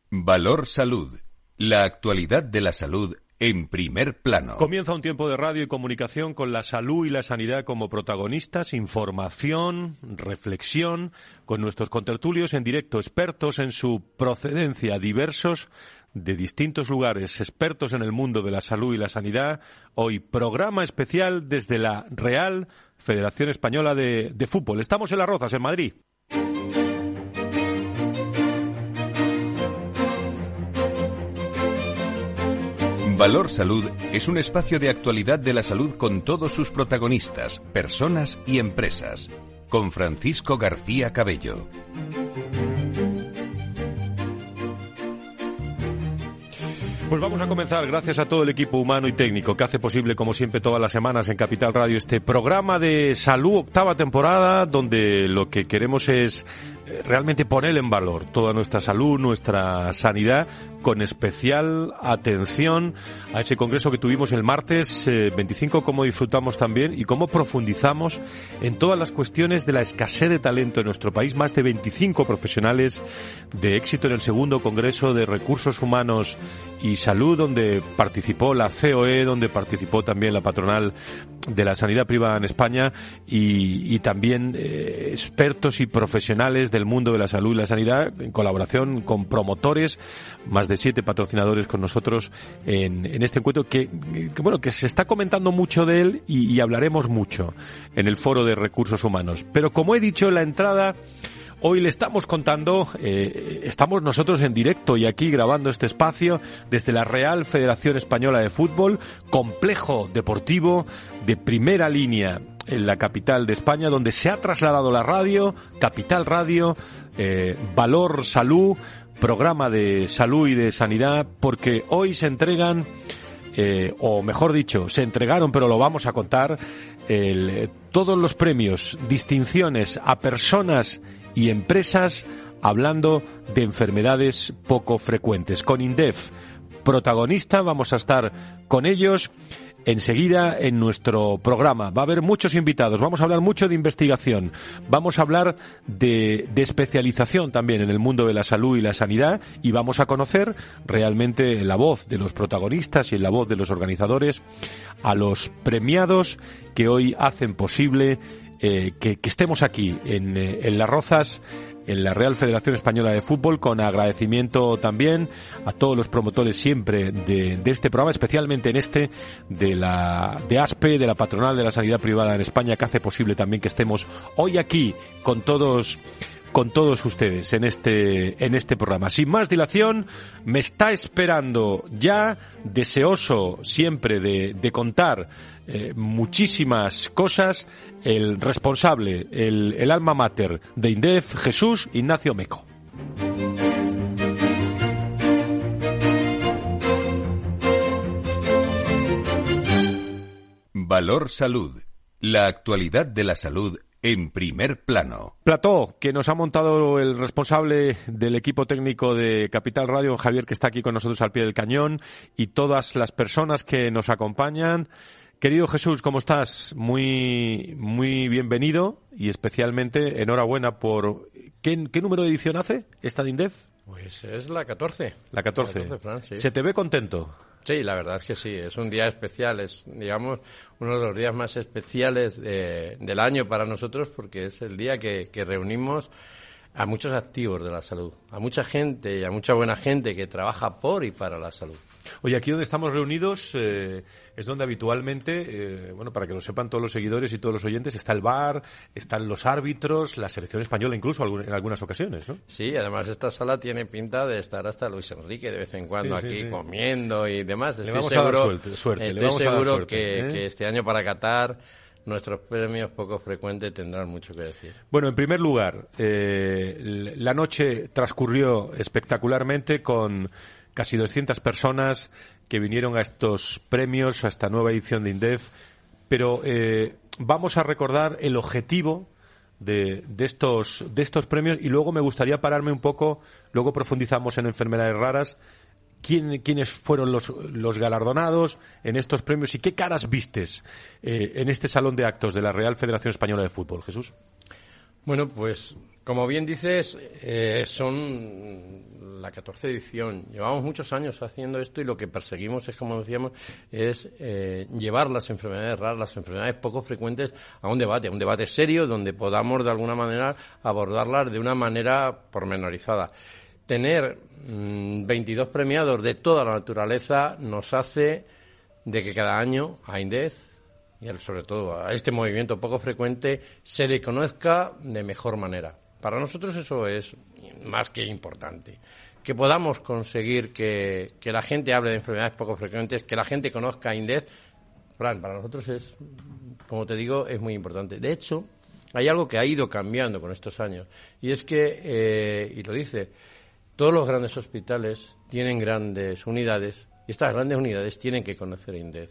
Valor Salud. La actualidad de la salud en primer plano. Comienza un tiempo de radio y comunicación con la salud y la sanidad como protagonistas, información, reflexión, con nuestros contertulios en directo, expertos en su procedencia, diversos de distintos lugares, expertos en el mundo de la salud y la sanidad. Hoy programa especial desde la Real Federación Española de Fútbol. Estamos en Las Rozas, en Madrid. Valor Salud es un espacio de actualidad de la salud con todos sus protagonistas, personas y empresas. Con Francisco García Cabello. Pues vamos a comenzar, gracias a todo el equipo humano y técnico que hace posible, como siempre, todas las semanas en Capital Radio, este programa de salud, 8ª temporada, donde lo que queremos es realmente poner en valor toda nuestra salud, nuestra sanidad, con especial atención a ese congreso que tuvimos el martes 25, cómo disfrutamos también y cómo profundizamos en todas las cuestiones de la escasez de talento en nuestro país. Más de 25 profesionales de éxito en el segundo congreso de recursos humanos y salud, donde participó la COE, donde participó también la patronal de la sanidad privada en España y también expertos y profesionales del mundo de la salud y la sanidad, en colaboración con promotores, más de 7 patrocinadores con nosotros en este encuentro que se está comentando mucho de él y hablaremos mucho en el foro de recursos humanos. Pero como he dicho en la entrada, hoy le estamos contando, estamos nosotros en directo y aquí grabando este espacio desde la Real Federación Española de Fútbol, complejo deportivo de primera línea en la capital de España, donde se ha trasladado la radio, Capital Radio, Valor Salud, programa de salud y de sanidad, porque hoy se entregan, o mejor dicho, se entregaron, pero lo vamos a contar, todos los premios, distinciones a personas y empresas hablando de enfermedades poco frecuentes. Con INDEF, protagonista, vamos a estar con ellos enseguida en nuestro programa. Va a haber muchos invitados, vamos a hablar mucho de investigación, vamos a hablar de especialización también en el mundo de la salud y la sanidad, y vamos a conocer realmente la voz de los protagonistas y la voz de los organizadores, a los premiados que hoy hacen posible que estemos aquí en Las Rozas, en la Real Federación Española de Fútbol, con agradecimiento también a todos los promotores siempre de este programa, especialmente en este de ASPE, de la patronal de la sanidad privada en España, que hace posible también que estemos hoy aquí con todos ustedes en este programa. Sin más dilación, me está esperando ya, deseoso siempre de contar muchísimas cosas, el responsable, el alma mater de INDEF, Jesús Ignacio Meco. Valor Salud. La actualidad de la salud en primer plano. Plató, que nos ha montado el responsable del equipo técnico de Capital Radio, Javier, que está aquí con nosotros al pie del cañón, y todas las personas que nos acompañan. Querido Jesús, ¿cómo estás? Muy, muy bienvenido y especialmente enhorabuena por... ¿Qué número de edición hace esta de INDEF? Pues es la 14. La 14. Fran, sí. ¿Se te ve contento? Sí, la verdad es que sí. Es un día especial. Es, digamos, uno de los días más especiales del año para nosotros, porque es el día que reunimos a muchos activos de la salud, a mucha gente y a mucha buena gente que trabaja por y para la salud. Oye, aquí donde estamos reunidos es donde habitualmente, para que lo sepan todos los seguidores y todos los oyentes, está el bar, están los árbitros, la selección española incluso en algunas ocasiones, ¿no? Sí, además esta sala tiene pinta de estar hasta Luis Enrique de vez en cuando comiendo y demás. Estoy seguro que este año para Qatar nuestros premios poco frecuentes tendrán mucho que decir. Bueno, en primer lugar, la noche transcurrió espectacularmente con casi 200 personas que vinieron a estos premios, a esta nueva edición de INDEF, pero vamos a recordar el objetivo de estos premios y luego me gustaría pararme un poco, luego profundizamos en enfermedades raras, quiénes fueron los galardonados en estos premios y qué caras vistes en este salón de actos de la Real Federación Española de Fútbol. Jesús. Bueno, pues como bien dices, son la 14ª edición. Llevamos muchos años haciendo esto y lo que perseguimos es, como decíamos, es llevar las enfermedades raras, las enfermedades poco frecuentes a un debate serio donde podamos de alguna manera abordarlas de una manera pormenorizada. Tener 22 premiados de toda la naturaleza nos hace de que cada año a INDEF y sobre todo a este movimiento poco frecuente se le conozca de mejor manera. Para nosotros eso es más que importante. Que podamos conseguir que la gente hable de enfermedades poco frecuentes, que la gente conozca a INDEF, para nosotros es, como te digo, es muy importante. De hecho, hay algo que ha ido cambiando con estos años, y es que, y lo dice, todos los grandes hospitales tienen grandes unidades, y estas grandes unidades tienen que conocer a INDEF.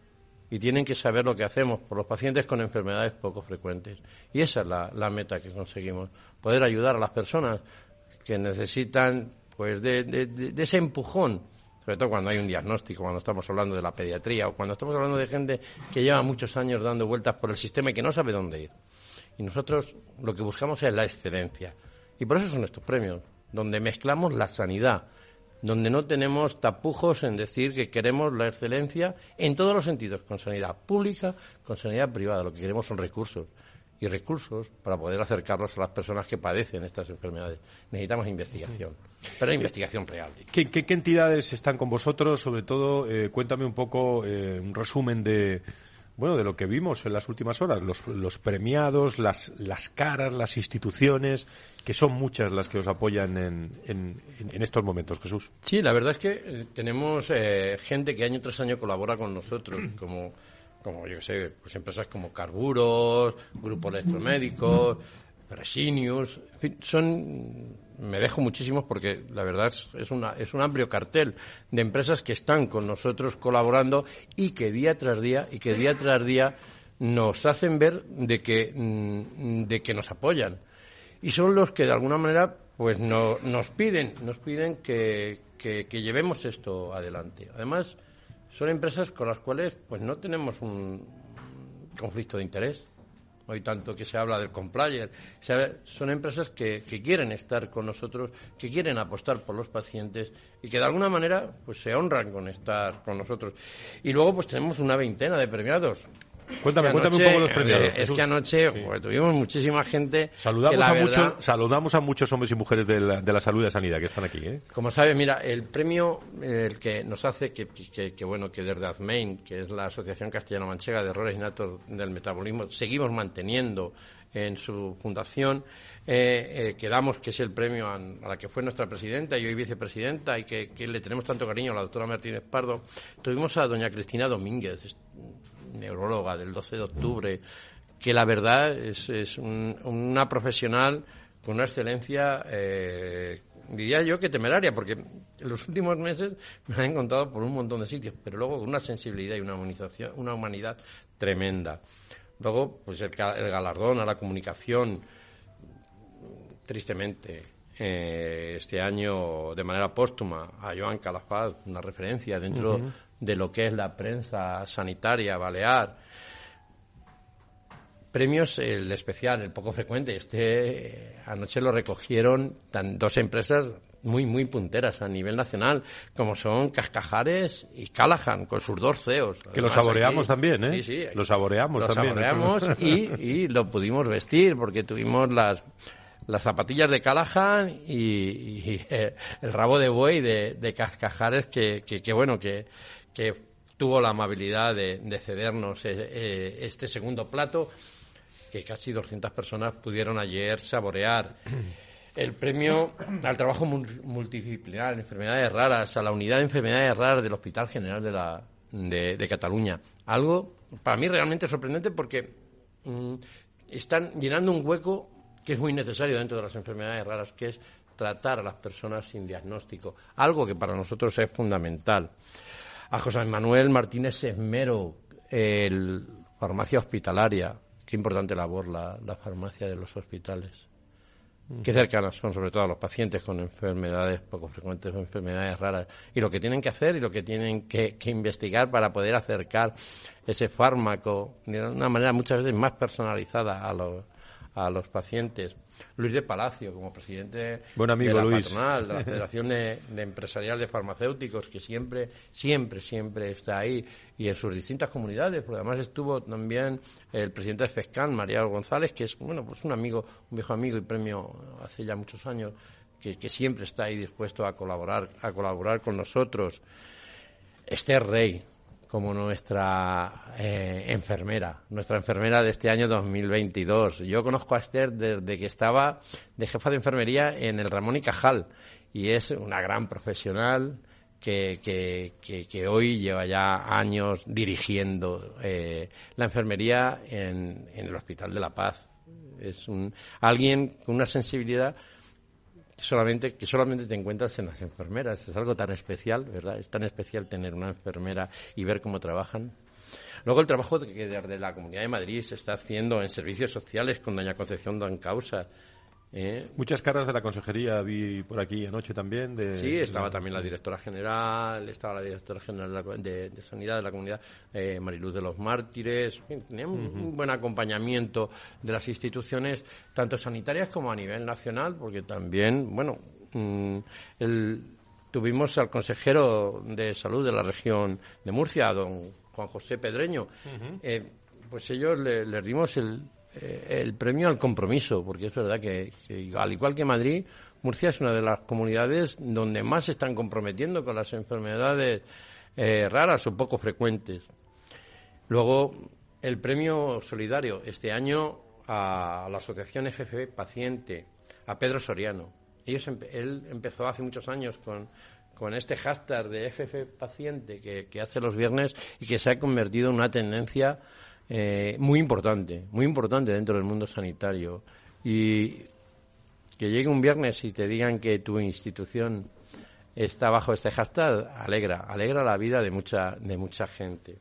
Y tienen que saber lo que hacemos por los pacientes con enfermedades poco frecuentes. Y esa es la meta que conseguimos, poder ayudar a las personas que necesitan pues de ese empujón, sobre todo cuando hay un diagnóstico, cuando estamos hablando de la pediatría o cuando estamos hablando de gente que lleva muchos años dando vueltas por el sistema y que no sabe dónde ir. Y nosotros lo que buscamos es la excelencia. Y por eso son estos premios, donde mezclamos la sanidad, donde no tenemos tapujos en decir que queremos la excelencia en todos los sentidos, con sanidad pública, con sanidad privada. Lo que queremos son recursos, y recursos para poder acercarlos a las personas que padecen estas enfermedades. Necesitamos investigación, pero investigación real. ¿Qué entidades están con vosotros? Sobre todo, cuéntame un poco un resumen de lo que vimos en las últimas horas, los premiados, las caras, las instituciones, que son muchas las que os apoyan en estos momentos, Jesús. Sí, la verdad es que tenemos gente que año tras año colabora con nosotros, como yo que sé, pues empresas como Carburos, Grupo Electromédicos, Fresenius, en fin, me dejo muchísimos porque la verdad es un amplio cartel de empresas que están con nosotros colaborando y que día tras día nos hacen ver de que nos apoyan. Y son los que de alguna manera pues nos piden que llevemos esto adelante. Además, son empresas con las cuales pues no tenemos un conflicto de interés. Hoy tanto que se habla del compliance, son empresas que quieren estar con nosotros, que quieren apostar por los pacientes y que de alguna manera pues se honran con estar con nosotros. Y luego pues tenemos una veintena de premiados. Cuéntame un poco los premiados. Es que anoche tuvimos muchísima gente. Saludamos a muchos hombres y mujeres de la salud y la sanidad que están aquí. Como sabes, mira, el premio el que nos hace que desde AZMAIN, que es la Asociación Castellano-Manchega de Errores Innatos del Metabolismo, seguimos manteniendo en su fundación, que damos, que es el premio a la que fue nuestra presidenta y hoy vicepresidenta y que le tenemos tanto cariño, a la doctora Martínez Pardo. Tuvimos a doña Cristina Domínguez, neuróloga del 12 de octubre, que la verdad es una profesional con una excelencia, diría yo que temeraria, porque en los últimos meses me la he encontrado por un montón de sitios, pero luego con una sensibilidad y una humanidad tremenda. Luego, pues el galardón a la comunicación, tristemente, este año de manera póstuma a Joan Calafat, una referencia dentro de lo que es la prensa sanitaria balear. Premios, el especial, el poco frecuente. Anoche lo recogieron dos empresas muy punteras a nivel nacional, como son Cascajares y Callahan, con sus dos CEOs. Que lo saboreamos aquí, también, Sí, lo saboreamos también. Lo saboreamos y lo pudimos vestir, porque tuvimos las zapatillas de Callahan y el rabo de buey de Cascajares que tuvo la amabilidad de cedernos este segundo plato que casi 200 personas pudieron ayer saborear. El premio al trabajo multidisciplinar en enfermedades raras, a la unidad de enfermedades raras del Hospital General de Cataluña. Algo para mí realmente sorprendente porque están llenando un hueco que es muy necesario dentro de las enfermedades raras, que es tratar a las personas sin diagnóstico, algo que para nosotros es fundamental. A José Manuel Martínez Esmero, farmacia hospitalaria, qué importante labor la farmacia de los hospitales. Qué cercanas son sobre todo a los pacientes con enfermedades poco frecuentes o enfermedades raras, y lo que tienen que hacer y lo que tienen que investigar para poder acercar ese fármaco de una manera muchas veces más personalizada a a los pacientes. Luis de Palacio, como presidente Buen amigo, de la Luis. patronal, de la Federación de Empresarial de Farmacéuticos, que siempre está ahí, y en sus distintas comunidades, porque además estuvo también el presidente de FESCAN, Mariano González, que es pues un viejo amigo y premio hace ya muchos años, que siempre está ahí dispuesto a colaborar con nosotros. Esther Rey, como nuestra enfermera de este año 2022. Yo conozco a Esther desde que estaba de jefa de enfermería en el Ramón y Cajal, y es una gran profesional que hoy lleva ya años dirigiendo la enfermería en el Hospital de la Paz. Es alguien con una sensibilidad que solamente te encuentras en las enfermeras. Es algo tan especial, ¿verdad? Es tan especial tener una enfermera y ver cómo trabajan. Luego el trabajo que desde la Comunidad de Madrid se está haciendo en servicios sociales con doña Concepción Dancausa. Muchas caras de la consejería vi por aquí anoche también. Sí, estaba también la directora general, de Sanidad de la Comunidad, Mariluz de los Mártires. En fin, teníamos un buen acompañamiento de las instituciones, tanto sanitarias como a nivel nacional, porque también, tuvimos al consejero de Salud de la región de Murcia, don Juan José Pedreño. Pues ellos les dimos el premio al compromiso, porque es verdad que al igual que Madrid, Murcia es una de las comunidades donde más se están comprometiendo con las enfermedades raras o poco frecuentes. Luego, el premio solidario este año a la Asociación FF Paciente, a Pedro Soriano. Él empezó hace muchos años con este hashtag de FF Paciente que hace los viernes y que se ha convertido en una tendencia muy importante dentro del mundo sanitario. Y que llegue un viernes y te digan que tu institución está bajo este hashtag, alegra la vida de mucha gente.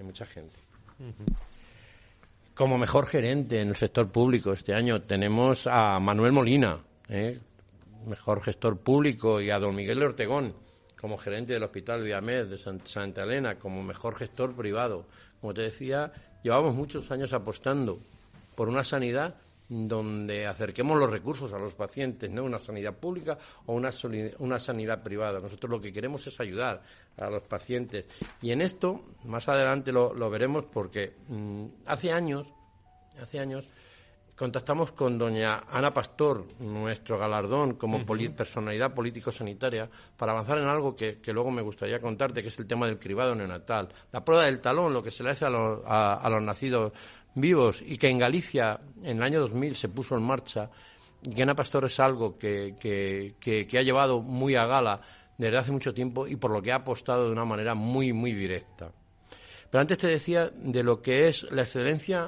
Como mejor gerente en el sector público este año tenemos a Manuel Molina, mejor gestor público, y a don Miguel Ortegón como gerente del Hospital Viamed de Santa Elena como mejor gestor privado. Como te decía, llevamos muchos años apostando por una sanidad donde acerquemos los recursos a los pacientes, no una sanidad pública o una sanidad privada. Nosotros lo que queremos es ayudar a los pacientes. Y en esto, más adelante lo veremos, porque hace años contactamos con doña Ana Pastor, nuestro galardón como personalidad político-sanitaria, para avanzar en algo que luego me gustaría contarte, que es el tema del cribado neonatal. La prueba del talón, lo que se le hace a los nacidos vivos, y que en Galicia en el año 2000 se puso en marcha, y que Ana Pastor es algo que ha llevado muy a gala desde hace mucho tiempo y por lo que ha apostado de una manera muy, muy directa. Pero antes te decía de lo que es la excelencia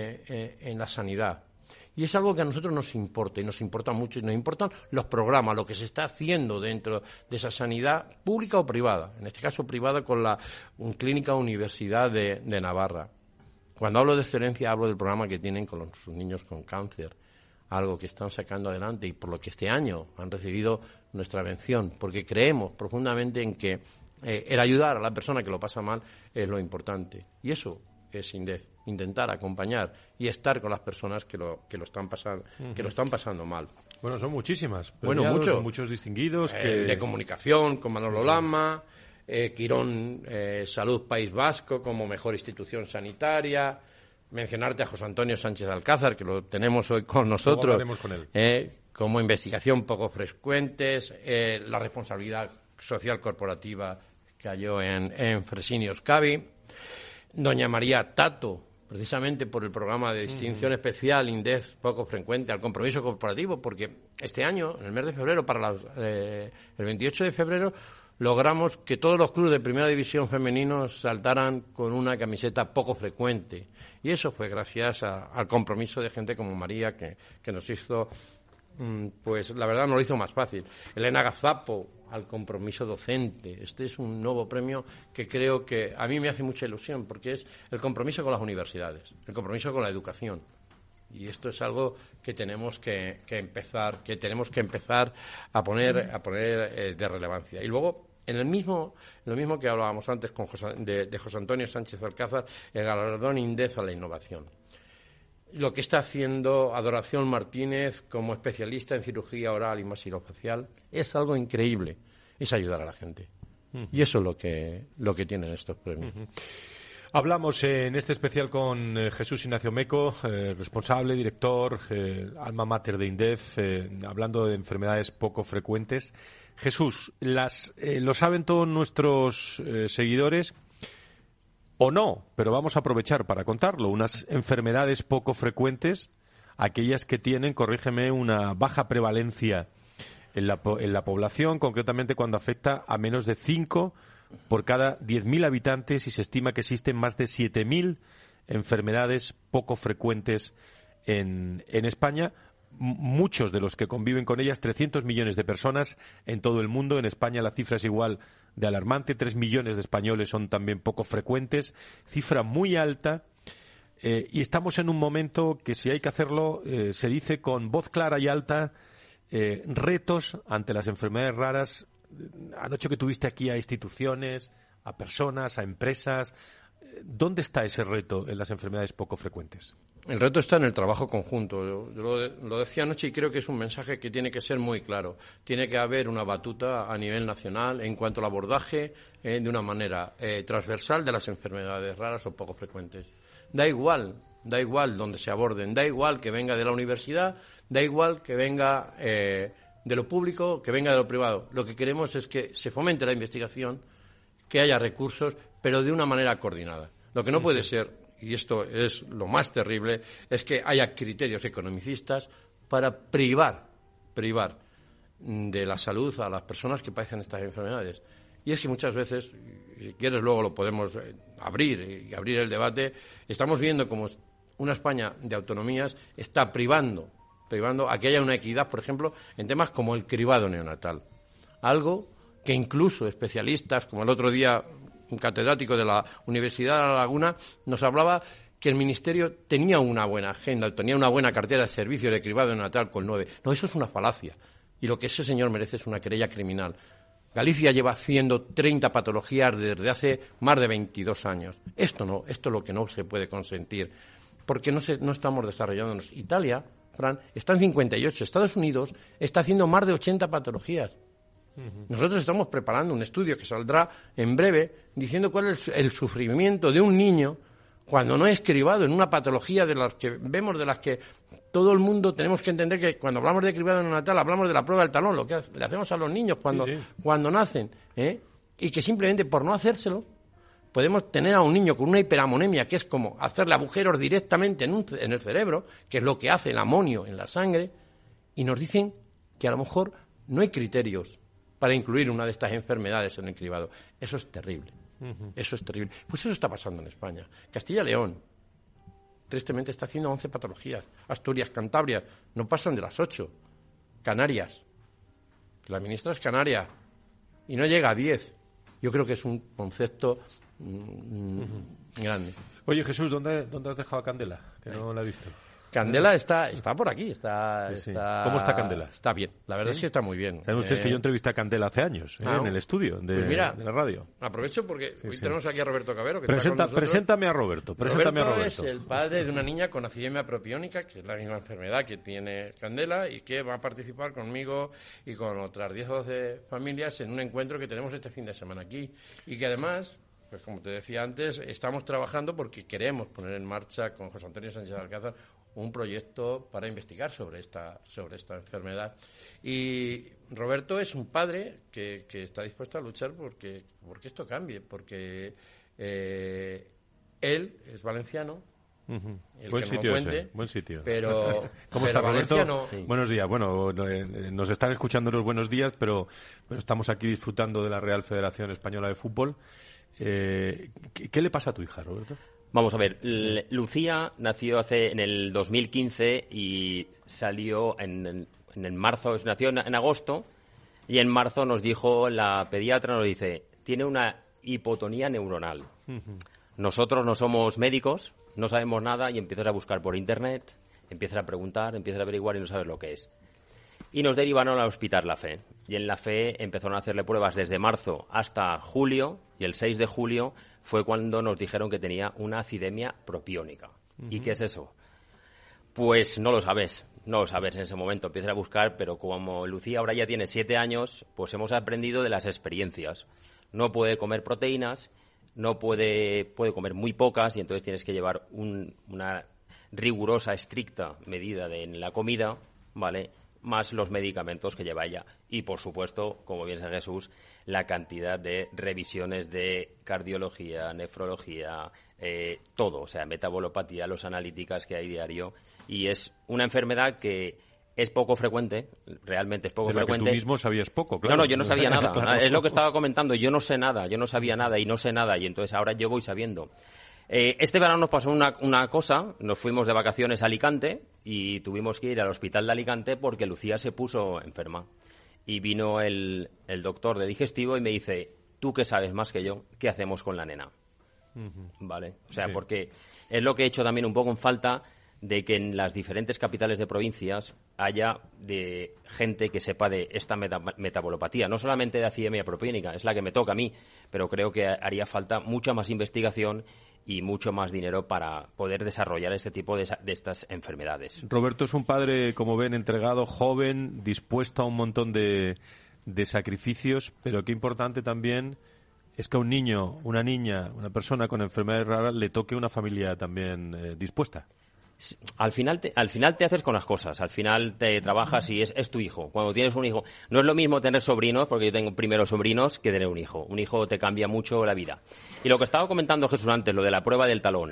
en la sanidad. Y es algo que a nosotros nos importa, y nos importa mucho, y nos importan los programas, lo que se está haciendo dentro de esa sanidad pública o privada, en este caso privada con la Clínica Universidad de Navarra. Cuando hablo de excelencia, hablo del programa que tienen con sus niños con cáncer, algo que están sacando adelante y por lo que este año han recibido nuestra mención, porque creemos profundamente en que el ayudar a la persona que lo pasa mal es lo importante. Y eso es INDEF, intentar acompañar y estar con las personas que lo están pasando mal. Bueno, son muchísimas. Son muchos distinguidos. De comunicación, con Manolo Lama, Quirón Salud País Vasco como mejor institución sanitaria. Mencionarte a José Antonio Sánchez Alcázar, que lo tenemos hoy con nosotros. Hablaremos con él. Como investigación poco frecuentes, la responsabilidad social corporativa cayó en Fresenius Kabi. Doña María Tato, precisamente por el programa de distinción especial INDEF poco frecuente al compromiso corporativo, porque este año, en el mes de febrero, el 28 de febrero, logramos que todos los clubes de primera división femeninos saltaran con una camiseta poco frecuente. Y eso fue gracias al compromiso de gente como María, que nos hizo, pues la verdad nos lo hizo más fácil. Elena Gazapo, al compromiso docente. Este es un nuevo premio que creo que a mí me hace mucha ilusión, porque es el compromiso con las universidades, el compromiso con la educación. Y esto es algo que tenemos que empezar a poner de relevancia. Y luego, lo mismo que hablábamos antes de José Antonio Sánchez Alcázar, el galardón INDEF a la innovación. lo que está haciendo Adoración Martínez como especialista en cirugía oral y maxilofacial es algo increíble. Es ayudar a la gente. Y eso es lo que tienen estos premios. Hablamos en este especial con Jesús Ignacio Meco, responsable, director, alma mater de INDEF, hablando de enfermedades poco frecuentes. Jesús, lo saben todos nuestros seguidores, o no, pero vamos a aprovechar para contarlo. Unas enfermedades poco frecuentes, aquellas que tienen, corrígeme, una baja prevalencia en la población, concretamente cuando afecta a menos de 5 por cada 10.000 habitantes, y se estima que existen más de 7.000 enfermedades poco frecuentes en España. Muchos de los que conviven con ellas, 300 millones de personas en todo el mundo. En España la cifra es igual de alarmante, 3 millones de españoles son también poco frecuentes, cifra muy alta. Y estamos en un momento que, si hay que hacerlo, se dice con voz clara y alta, retos ante las enfermedades raras. Anoche que tuviste aquí a instituciones, a personas, a empresas, ¿dónde está ese reto en las enfermedades poco frecuentes? El reto está en el trabajo conjunto. Yo lo decía anoche y creo que es un mensaje que tiene que ser muy claro. Tiene que haber una batuta a nivel nacional en cuanto al abordaje de una manera transversal de las enfermedades raras o poco frecuentes. Da igual donde se aborden, da igual que venga de la universidad, da igual que venga de lo público, que venga de lo privado. Lo que queremos es que se fomente la investigación, que haya recursos, pero de una manera coordinada. Lo que no puede ser, y esto es lo más terrible, es que haya criterios economicistas para privar de la salud a las personas que padecen estas enfermedades. Y es que muchas veces, si quieres luego lo podemos abrir el debate, estamos viendo como una España de autonomías está privando a que haya una equidad, por ejemplo, en temas como el cribado neonatal. Algo que incluso especialistas, como el otro día un catedrático de la Universidad de La Laguna, nos hablaba que el Ministerio tenía una buena agenda, tenía una buena cartera de servicios de cribado neonatal con 9. No, eso es una falacia. Y lo que ese señor merece es una querella criminal. Galicia lleva haciendo 30 patologías desde hace más de 22 años. Esto es lo que no se puede consentir, porque no estamos desarrollándonos. Italia, Fran, está en 58. Estados Unidos está haciendo más de 80 patologías. Nosotros estamos preparando un estudio que saldrá en breve diciendo cuál es el sufrimiento de un niño cuando no es cribado en una patología de las que vemos, de las que todo el mundo tenemos que entender que cuando hablamos de cribado neonatal hablamos de la prueba del talón, lo que le hacemos a los niños cuando nacen, y que simplemente por no hacérselo podemos tener a un niño con una hiperamonemia, que es como hacerle agujeros directamente en el cerebro, que es lo que hace el amonio en la sangre, y nos dicen que a lo mejor no hay criterios para incluir una de estas enfermedades en el cribado. Eso es terrible. Eso es terrible. Pues eso está pasando en España. Castilla y León, tristemente, está haciendo 11 patologías. Asturias, Cantabria, no pasan de las 8. Canarias, la ministra es canaria y no llega a 10. Yo creo que es un concepto grande. Oye, Jesús, ¿dónde has dejado a Candela? Que no la he visto. Candela está por aquí. Sí. ¿Cómo está Candela? Está bien, la verdad es que está muy bien. Saben ustedes que yo entrevisté a Candela hace años, en el estudio de la radio. Aprovecho porque hoy tenemos aquí a Roberto Cabero. Que Preséntame a Roberto. Roberto es el padre de una niña con acidemia propiónica, que es la misma enfermedad que tiene Candela, y que va a participar conmigo y con otras 10 o 12 familias en un encuentro que tenemos este fin de semana aquí. Y que además, pues como te decía antes, estamos trabajando porque queremos poner en marcha con José Antonio Sánchez Alcázar un proyecto para investigar sobre esta enfermedad. Y Roberto es un padre que está dispuesto a luchar porque esto cambie, porque él es valenciano. Buen sitio. Pero, ¿Cómo está, Roberto? Sí. Buenos días. Bueno, nos están escuchando los buenos días, pero estamos aquí disfrutando de la Real Federación Española de Fútbol. ¿Qué le pasa a tu hija, Roberto? Vamos a ver, Lucía nació en el 2015 y salió en marzo, nació en agosto, y en marzo nos dijo, la pediatra nos dice, tiene una hipotonía neuronal. Nosotros no somos médicos, no sabemos nada, y empiezas a buscar por internet, empiezas a preguntar, empiezas a averiguar y no sabes lo que es. Y nos derivaron al Hospital La Fe. Y en La Fe empezaron a hacerle pruebas desde marzo hasta julio, y el 6 de julio fue cuando nos dijeron que tenía una acidemia propiónica. ¿Y qué es eso? Pues no lo sabes en ese momento, empiezas a buscar, pero como Lucía ahora ya tiene 7 años, pues hemos aprendido de las experiencias. No puede comer proteínas, no puede comer muy pocas, y entonces tienes que llevar una rigurosa, estricta medida en la comida, ¿vale?, más los medicamentos que lleva ella. Y, por supuesto, como bien sabe Jesús, la cantidad de revisiones de cardiología, nefrología, todo, o sea, metabolopatía, los analíticas que hay diario. Y es una enfermedad que es poco frecuente, realmente es poco frecuente. Que tú mismo sabías poco, claro. No, yo no sabía nada. Claro. Es lo que estaba comentando, yo no sé nada, yo no sabía nada y no sé nada, y entonces ahora yo voy sabiendo. Este verano nos pasó una cosa, nos fuimos de vacaciones a Alicante y tuvimos que ir al hospital de Alicante porque Lucía se puso enferma. Y vino el doctor de digestivo y me dice, tú que sabes más que yo, ¿qué hacemos con la nena? ¿Vale? O sea, sí, porque es lo que he hecho también un poco en falta de que en las diferentes capitales de provincias haya de gente que sepa de esta metabolopatía, no solamente de acidemia propiónica, es la que me toca a mí, pero creo que haría falta mucha más investigación y mucho más dinero para poder desarrollar este tipo de estas enfermedades. Roberto es un padre, como ven, entregado, joven, dispuesto a un montón de sacrificios, pero qué importante también es que a un niño, una niña, una persona con enfermedades raras le toque una familia también dispuesta. Al final te haces con las cosas, al final te trabajas y es tu hijo. Cuando tienes un hijo, no es lo mismo tener sobrinos, porque yo tengo primero sobrinos, que tener un hijo. Un hijo te cambia mucho la vida. Y lo que estaba comentando Jesús antes, lo de la prueba del talón.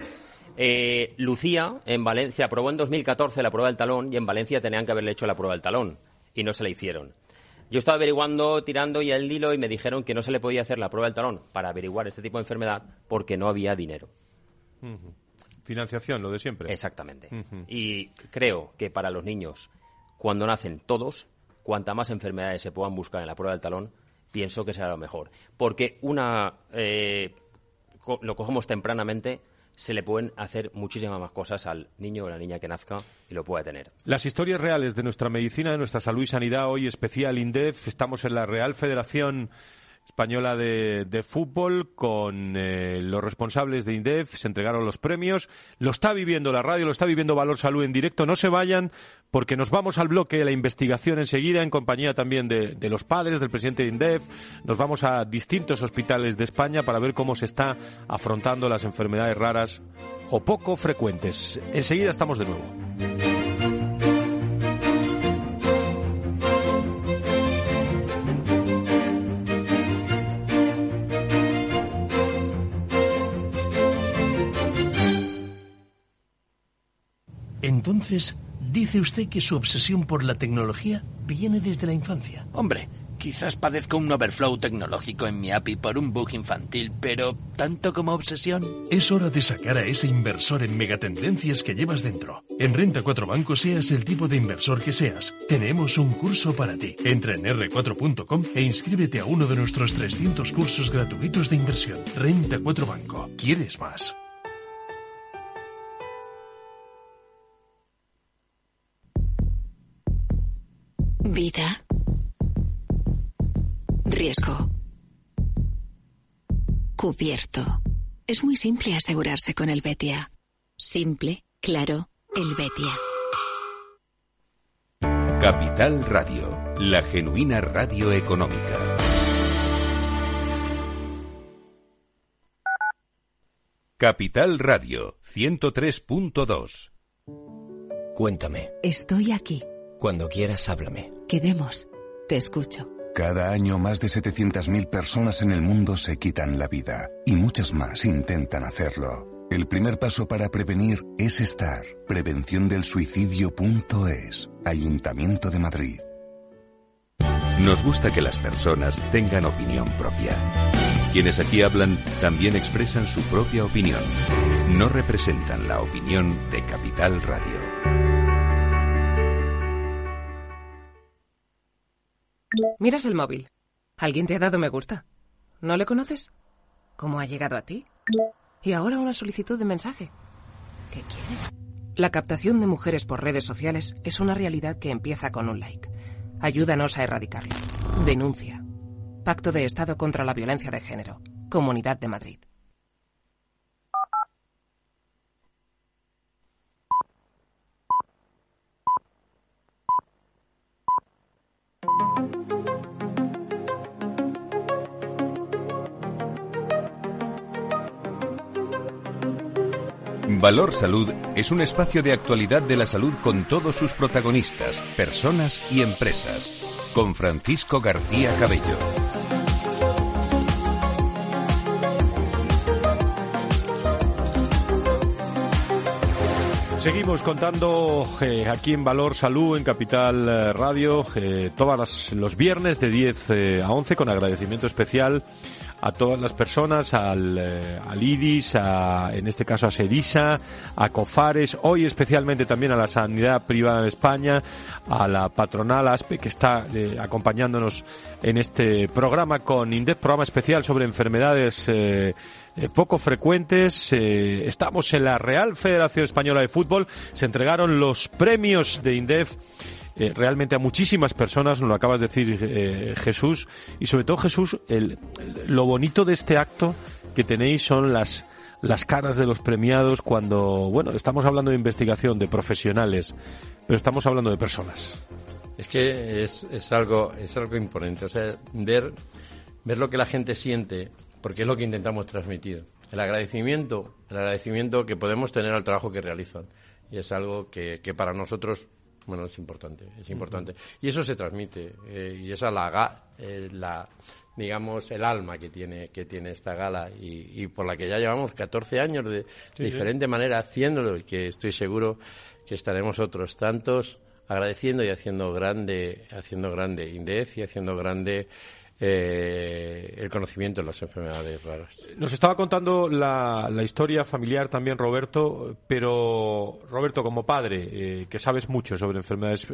Lucía, en Valencia, aprobó en 2014 la prueba del talón y en Valencia tenían que haberle hecho la prueba del talón y no se la hicieron. Yo estaba averiguando, tirando y al hilo y me dijeron que no se le podía hacer la prueba del talón para averiguar este tipo de enfermedad porque no había dinero. Financiación, lo de siempre. Exactamente. Y creo que para los niños, cuando nacen todos, cuanta más enfermedades se puedan buscar en la prueba del talón, pienso que será lo mejor. Porque lo cogemos tempranamente, se le pueden hacer muchísimas más cosas al niño o la niña que nazca y lo pueda tener. Las historias reales de nuestra medicina, de nuestra salud y sanidad, hoy especial INDEF. Estamos en la Real Federación Española de Fútbol con los responsables de INDEF, se entregaron los premios, lo está viviendo la radio, lo está viviendo Valor Salud en directo, no se vayan porque nos vamos al bloque de la investigación enseguida en compañía también de los padres, del presidente de INDEF, nos vamos a distintos hospitales de España para ver cómo se está afrontando las enfermedades raras o poco frecuentes. Enseguida estamos de nuevo. Entonces, dice usted que su obsesión por la tecnología viene desde la infancia. Hombre, quizás padezco un overflow tecnológico en mi API por un bug infantil, pero ¿tanto como obsesión? Es hora de sacar a ese inversor en megatendencias que llevas dentro. En Renta 4 Banco, seas el tipo de inversor que seas, tenemos un curso para ti. Entra en r4.com e inscríbete a uno de nuestros 300 cursos gratuitos de inversión. Renta 4 Banco. ¿Quieres más? Vida. Riesgo. Cubierto. Es muy simple asegurarse con el Betia. Simple, claro, el Betia. Capital Radio, la genuina radio económica. Capital Radio, 103.2. Cuéntame. Estoy aquí. Cuando quieras, háblame. Quedemos. Te escucho. Cada año más de 700.000 personas en el mundo se quitan la vida y muchas más intentan hacerlo. El primer paso para prevenir es estar. Prevenciondelsuicidio.es. Ayuntamiento de Madrid. Nos gusta que las personas tengan opinión propia. Quienes aquí hablan también expresan su propia opinión. No representan la opinión de Capital Radio. Miras el móvil. ¿Alguien te ha dado me gusta? ¿No le conoces? ¿Cómo ha llegado a ti? Y ahora una solicitud de mensaje. ¿Qué quiere? La captación de mujeres por redes sociales es una realidad que empieza con un like. Ayúdanos a erradicarlo. Denuncia. Pacto de Estado contra la Violencia de Género. Comunidad de Madrid. Valor Salud es un espacio de actualidad de la salud con todos sus protagonistas, personas y empresas. Con Francisco García Cabello. Seguimos contando aquí en Valor Salud, en Capital Radio, todos los viernes de 10 a 11, con agradecimiento especial a todas las personas, al IDIS, en este caso a SEDISA, a COFARES, hoy especialmente también a la Sanidad Privada en España, a la patronal ASPE, que está acompañándonos en este programa con INDEF, programa especial sobre enfermedades poco frecuentes. Estamos en la Real Federación Española de Fútbol. Se entregaron los premios de INDEF realmente a muchísimas personas, nos lo acabas de decir Jesús, y sobre todo Jesús, lo bonito de este acto que tenéis son las caras de los premiados cuando, bueno, estamos hablando de investigación, de profesionales, pero estamos hablando de personas. Es que es algo imponente, o sea, ver lo que la gente siente, porque es lo que intentamos transmitir. El agradecimiento que podemos tener al trabajo que realizan. Y es algo que para nosotros, bueno, es importante. Y eso se transmite, y esa digamos, el alma que tiene esta gala y por la que ya llevamos 14 años de diferente manera haciéndolo, y que estoy seguro que estaremos otros tantos agradeciendo y haciendo grande INDEF y haciendo grande el conocimiento de las enfermedades raras. Nos estaba contando la historia familiar también Roberto, pero Roberto, como padre, que sabes mucho sobre enfermedades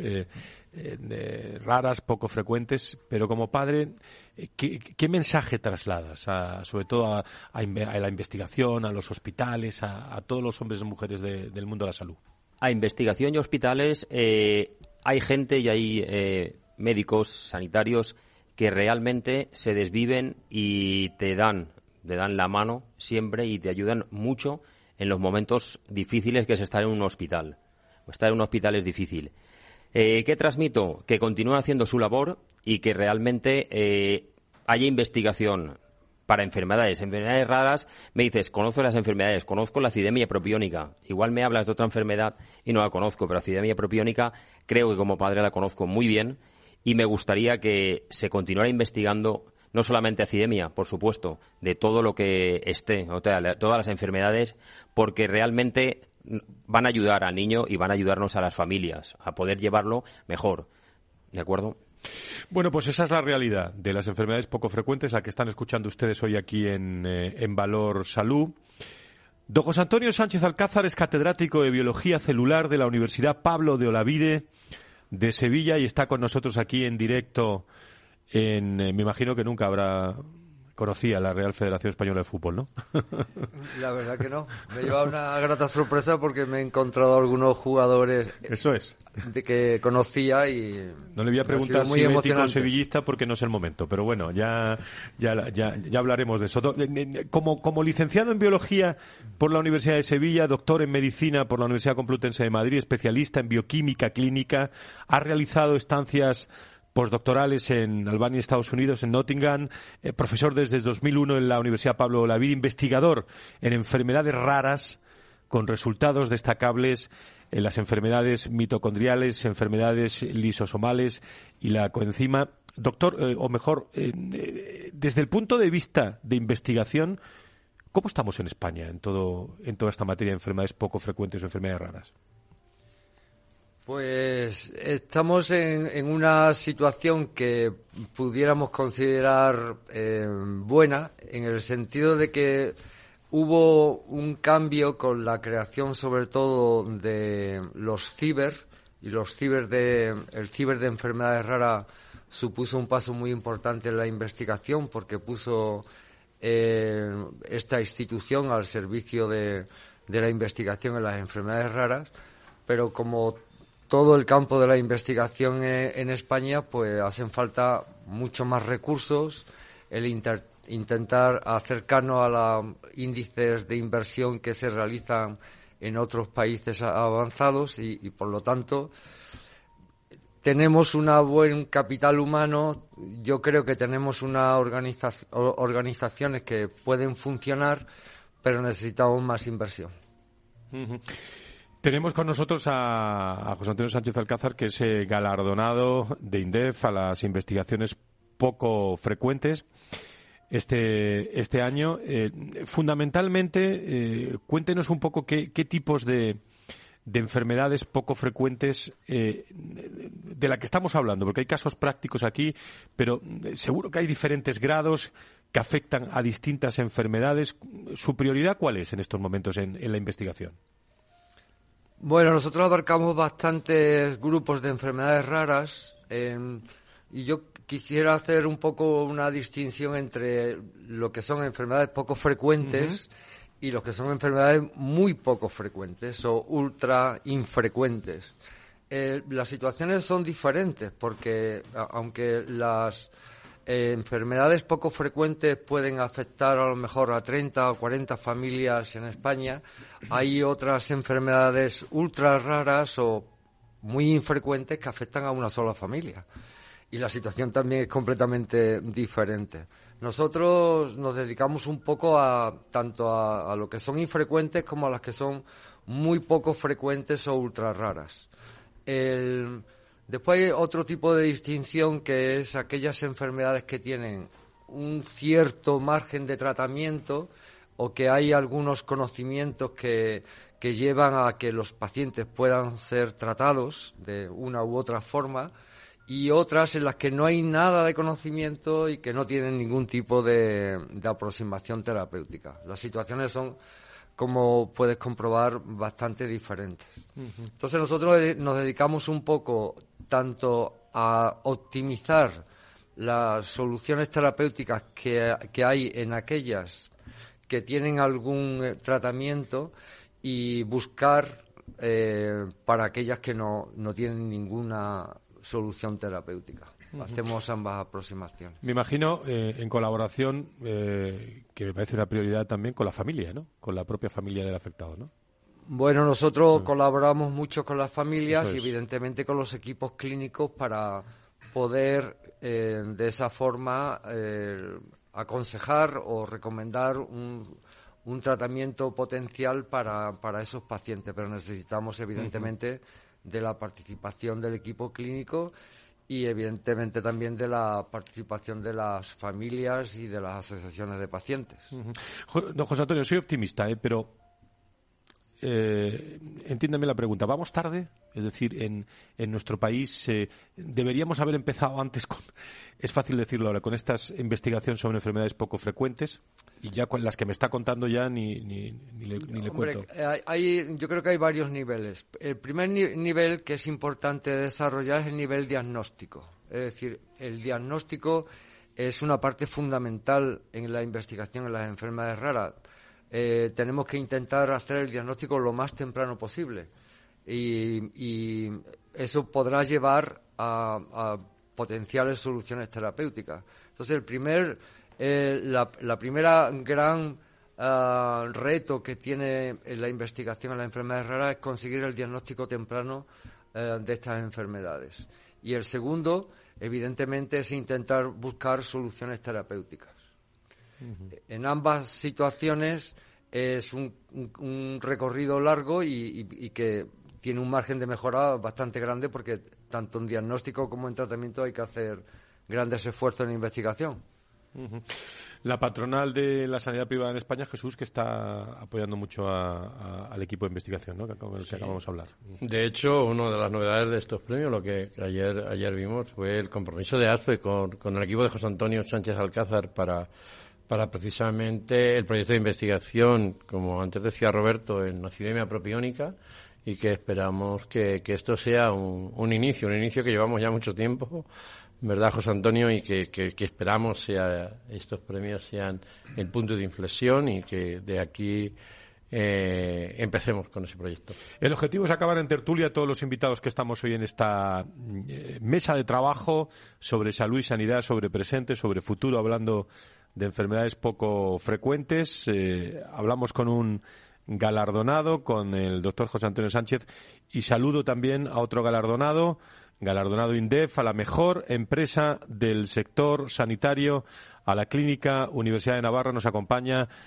raras, poco frecuentes, pero como padre, ¿qué mensaje trasladas sobre todo a la investigación, a los hospitales, a todos los hombres y mujeres del mundo de la salud? A investigación y hospitales hay gente y hay médicos, sanitarios, que realmente se desviven y te dan la mano siempre y te ayudan mucho en los momentos difíciles que es estar en un hospital. Estar en un hospital es difícil. ¿Qué transmito? Que continúen haciendo su labor y que realmente haya investigación para enfermedades raras. Me dices, conozco las enfermedades, conozco la acidemia propiónica. Igual me hablas de otra enfermedad y no la conozco, pero acidemia propiónica creo que como padre la conozco muy bien. Y me gustaría que se continuara investigando no solamente acidemia, por supuesto, de todo lo que esté, o sea, todas las enfermedades, porque realmente van a ayudar al niño y van a ayudarnos a las familias a poder llevarlo mejor. ¿De acuerdo? Bueno, pues esa es la realidad de las enfermedades poco frecuentes, la que están escuchando ustedes hoy aquí en Valor Salud. Don José Antonio Sánchez Alcázar es catedrático de Biología Celular de la Universidad Pablo de Olavide de Sevilla y está con nosotros aquí en directo me imagino que nunca conocía la Real Federación Española de Fútbol, ¿no? La verdad que no. Me lleva una grata sorpresa porque me he encontrado algunos jugadores. Eso es. Que conocía y no le voy a preguntar si bético o sevillista porque no es el momento, pero bueno, ya hablaremos de eso. Como licenciado en Biología por la Universidad de Sevilla, doctor en Medicina por la Universidad Complutense de Madrid, especialista en Bioquímica Clínica, ha realizado estancias postdoctorales en Albany, Estados Unidos, en Nottingham, profesor desde 2001 en la Universidad Pablo de Olavide, investigador en enfermedades raras con resultados destacables en las enfermedades mitocondriales, enfermedades lisosomales y la coenzima. Doctor, desde el punto de vista de investigación, ¿cómo estamos en España en toda esta materia de enfermedades poco frecuentes o enfermedades raras? Pues estamos en una situación que pudiéramos considerar buena, en el sentido de que hubo un cambio con la creación sobre todo de los ciber, y el ciber de enfermedades raras supuso un paso muy importante en la investigación porque puso esta institución al servicio de la investigación en las enfermedades raras, pero como todo el campo de la investigación en España, pues hacen falta mucho más recursos, el intentar acercarnos a los índices de inversión que se realizan en otros países avanzados y por lo tanto tenemos un buen capital humano. Yo creo que tenemos unas organizaciones que pueden funcionar, pero necesitamos más inversión. Tenemos con nosotros a José Antonio Sánchez Alcázar, que es galardonado de INDEF a las investigaciones poco frecuentes este año. Fundamentalmente, cuéntenos un poco qué tipos de enfermedades poco frecuentes de la que estamos hablando, porque hay casos prácticos aquí, pero seguro que hay diferentes grados que afectan a distintas enfermedades. ¿Su prioridad cuál es en estos momentos en la investigación? Bueno, nosotros abarcamos bastantes grupos de enfermedades raras y yo quisiera hacer un poco una distinción entre lo que son enfermedades poco frecuentes y lo que son enfermedades muy poco frecuentes o ultra infrecuentes. Las situaciones son diferentes porque aunque las enfermedades poco frecuentes pueden afectar a lo mejor a 30 o 40 familias en España, hay otras enfermedades ultra raras o muy infrecuentes que afectan a una sola familia. Y la situación también es completamente diferente. Nosotros nos dedicamos un poco tanto a lo que son infrecuentes como a las que son muy poco frecuentes o ultra raras. Después hay otro tipo de distinción que es aquellas enfermedades que tienen un cierto margen de tratamiento o que hay algunos conocimientos que llevan a que los pacientes puedan ser tratados de una u otra forma, y otras en las que no hay nada de conocimiento y que no tienen ningún tipo de aproximación terapéutica. Las situaciones son, como puedes comprobar, bastante diferentes. Entonces nosotros nos dedicamos un poco tanto a optimizar las soluciones terapéuticas que hay en aquellas que tienen algún tratamiento y buscar para aquellas que no tienen ninguna solución terapéutica. Hacemos ambas aproximaciones. Me imagino en colaboración, que me parece una prioridad también con la familia, ¿no? Con la propia familia del afectado, ¿no? Bueno, nosotros colaboramos mucho con las familias y evidentemente con los equipos clínicos para poder de esa forma aconsejar o recomendar un tratamiento potencial para esos pacientes, pero necesitamos evidentemente de la participación del equipo clínico y evidentemente también de la participación de las familias y de las asociaciones de pacientes. Don José Antonio, soy optimista, pero entiéndame la pregunta. ¿Vamos tarde? Es decir, en nuestro país deberíamos haber empezado antes con, es fácil decirlo ahora, con estas investigaciones sobre enfermedades poco frecuentes, y ya con las que me está contando ya ni le cuento. Yo creo que hay varios niveles. El primer nivel que es importante desarrollar es el nivel diagnóstico. Es decir, el diagnóstico es una parte fundamental en la investigación en las enfermedades raras. Tenemos que intentar hacer el diagnóstico lo más temprano posible y eso podrá llevar a potenciales soluciones terapéuticas. Entonces, la primera gran reto que tiene la investigación en las enfermedades raras es conseguir el diagnóstico temprano de estas enfermedades. Y el segundo, evidentemente, es intentar buscar soluciones terapéuticas. En ambas situaciones es un recorrido largo y que tiene un margen de mejora bastante grande porque tanto en diagnóstico como en tratamiento hay que hacer grandes esfuerzos en investigación. La patronal de la sanidad privada en España, Jesús, que está apoyando mucho al equipo de investigación, ¿no? Con el que acabamos de hablar. De hecho, una de las novedades de estos premios, lo que ayer vimos, fue el compromiso de ASPE con el equipo de José Antonio Sánchez Alcázar para precisamente el proyecto de investigación, como antes decía Roberto, en acidemia propiónica, y que esperamos que esto sea un inicio que llevamos ya mucho tiempo, ¿verdad, José Antonio? Y que esperamos estos premios sean el punto de inflexión y que de aquí empecemos con ese proyecto. El objetivo es acabar en tertulia todos los invitados que estamos hoy en esta mesa de trabajo sobre salud y sanidad, sobre presente, sobre futuro, hablando de enfermedades poco frecuentes. Hablamos con un galardonado, con el doctor José Antonio Sánchez, y saludo también a otro galardonado INDEF, a la mejor empresa del sector sanitario, a la Clínica Universidad de Navarra. Nos acompaña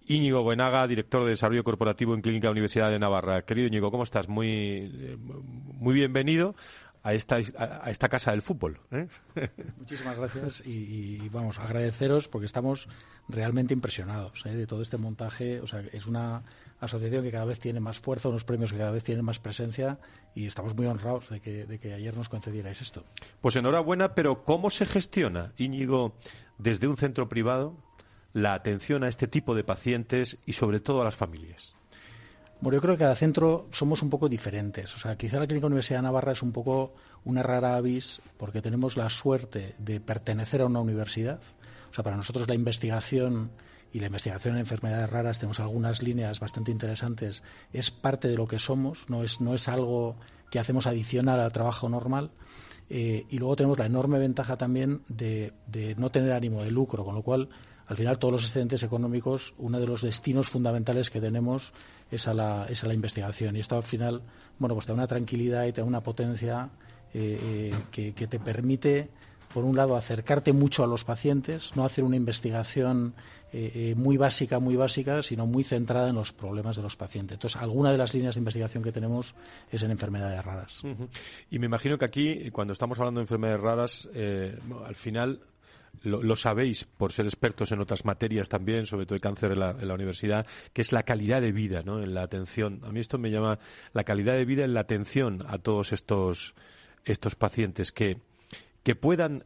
Íñigo Goenaga, director de Desarrollo Corporativo en Clínica Universidad de Navarra. Querido Íñigo, ¿cómo estás? Muy bienvenido a esta casa del fútbol, ¿eh? Muchísimas gracias y vamos a agradeceros porque estamos realmente impresionados, ¿eh? De todo este montaje. O sea, es una asociación que cada vez tiene más fuerza, unos premios que cada vez tienen más presencia y estamos muy honrados de que ayer nos concedierais esto. Pues enhorabuena, pero ¿cómo se gestiona, Íñigo, desde un centro privado, la atención a este tipo de pacientes y sobre todo a las familias? Bueno, yo creo que cada centro somos un poco diferentes. O sea, quizá la Clínica Universidad de Navarra es un poco una rara avis porque tenemos la suerte de pertenecer a una universidad. O sea, para nosotros la investigación y la investigación en enfermedades raras, tenemos algunas líneas bastante interesantes, es parte de lo que somos, no es algo que hacemos adicional al trabajo normal. Y luego tenemos la enorme ventaja también de no tener ánimo de lucro, con lo cual, al final, todos los excedentes económicos, uno de los destinos fundamentales que tenemos es a la investigación. Y esto, al final, bueno, pues te da una tranquilidad y te da una potencia que te permite, por un lado, acercarte mucho a los pacientes, no hacer una investigación muy básica, sino muy centrada en los problemas de los pacientes. Entonces, alguna de las líneas de investigación que tenemos es en enfermedades raras. Uh-huh. Y me imagino que aquí, cuando estamos hablando de enfermedades raras, al final lo sabéis por ser expertos en otras materias también, sobre todo el cáncer en la universidad, que es la calidad de vida, ¿no?, en la atención. A mí esto me llama la calidad de vida en la atención a todos estos pacientes que puedan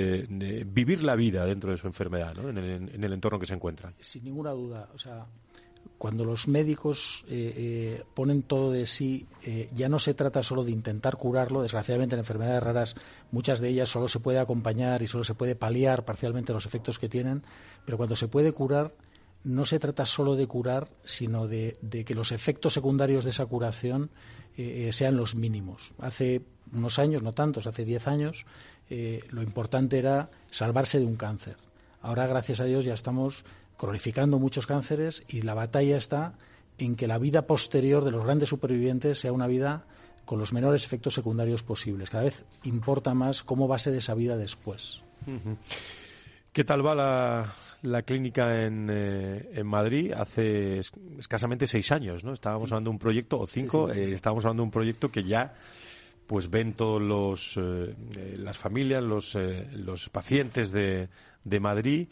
vivir la vida dentro de su enfermedad, ¿no?, en el entorno que se encuentran. Sin ninguna duda. O sea, cuando los médicos ponen todo de sí, ya no se trata solo de intentar curarlo. Desgraciadamente, en enfermedades raras, muchas de ellas solo se puede acompañar y solo se puede paliar parcialmente los efectos que tienen. Pero cuando se puede curar, no se trata solo de curar, sino de que los efectos secundarios de esa curación sean los mínimos. Hace unos años, no tantos, hace 10 años, lo importante era salvarse de un cáncer. Ahora, gracias a Dios, ya estamos cronificando muchos cánceres y la batalla está en que la vida posterior de los grandes supervivientes sea una vida con los menores efectos secundarios posibles. Cada vez importa más cómo va a ser esa vida después. Uh-huh. ¿Qué tal va la clínica en Madrid? Hace escasamente 6 años, ¿no? Estábamos hablando de un proyecto, o 5, sí. Estábamos hablando de un proyecto que ya pues ven todos las familias, los pacientes de Madrid.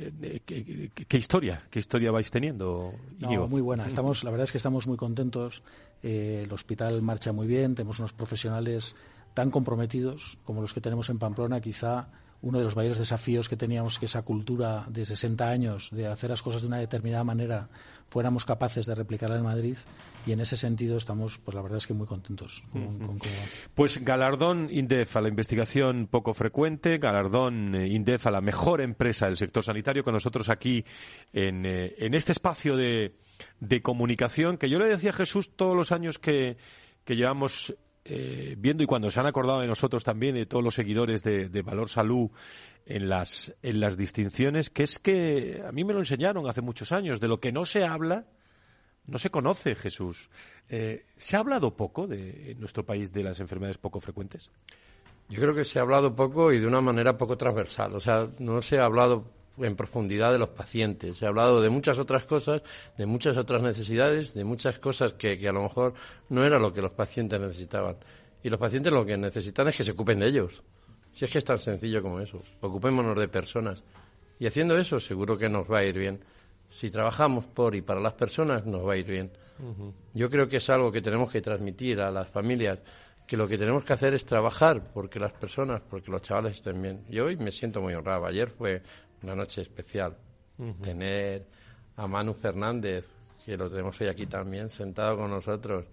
¿Qué historia vais teniendo, Íñigo? No, muy buena. La verdad es que estamos muy contentos. El hospital marcha muy bien. Tenemos unos profesionales tan comprometidos como los que tenemos en Pamplona. Quizá uno de los mayores desafíos que teníamos, que esa cultura de 60 años de hacer las cosas de una determinada manera, fuéramos capaces de replicarla en Madrid, y en ese sentido estamos, pues la verdad es que muy contentos con cómo va. Pues galardón INDEF a la investigación poco frecuente, galardón INDEF a la mejor empresa del sector sanitario, con nosotros aquí en este espacio de comunicación, que yo le decía a Jesús todos los años que llevamos viendo, y cuando se han acordado de nosotros también, de todos los seguidores de Valor Salud en las distinciones, que es que a mí me lo enseñaron hace muchos años, de lo que no se habla, no se conoce, Jesús. ¿Se ha hablado poco en nuestro país de las enfermedades poco frecuentes? Yo creo que se ha hablado poco y de una manera poco transversal. O sea, no se ha hablado en profundidad de los pacientes. Se ha hablado de muchas otras cosas, de muchas otras necesidades, de muchas cosas que a lo mejor no era lo que los pacientes necesitaban. Y los pacientes lo que necesitan es que se ocupen de ellos. Si es que es tan sencillo como eso. Ocupémonos de personas. Y haciendo eso seguro que nos va a ir bien. Si trabajamos por y para las personas, nos va a ir bien. Uh-huh. Yo creo que es algo que tenemos que transmitir a las familias, que lo que tenemos que hacer es trabajar porque las personas, porque los chavales estén bien. Yo hoy me siento muy honrado. Ayer fue una noche especial. Uh-huh. Tener a Manu Fernández, que lo tenemos hoy aquí también, sentado con nosotros,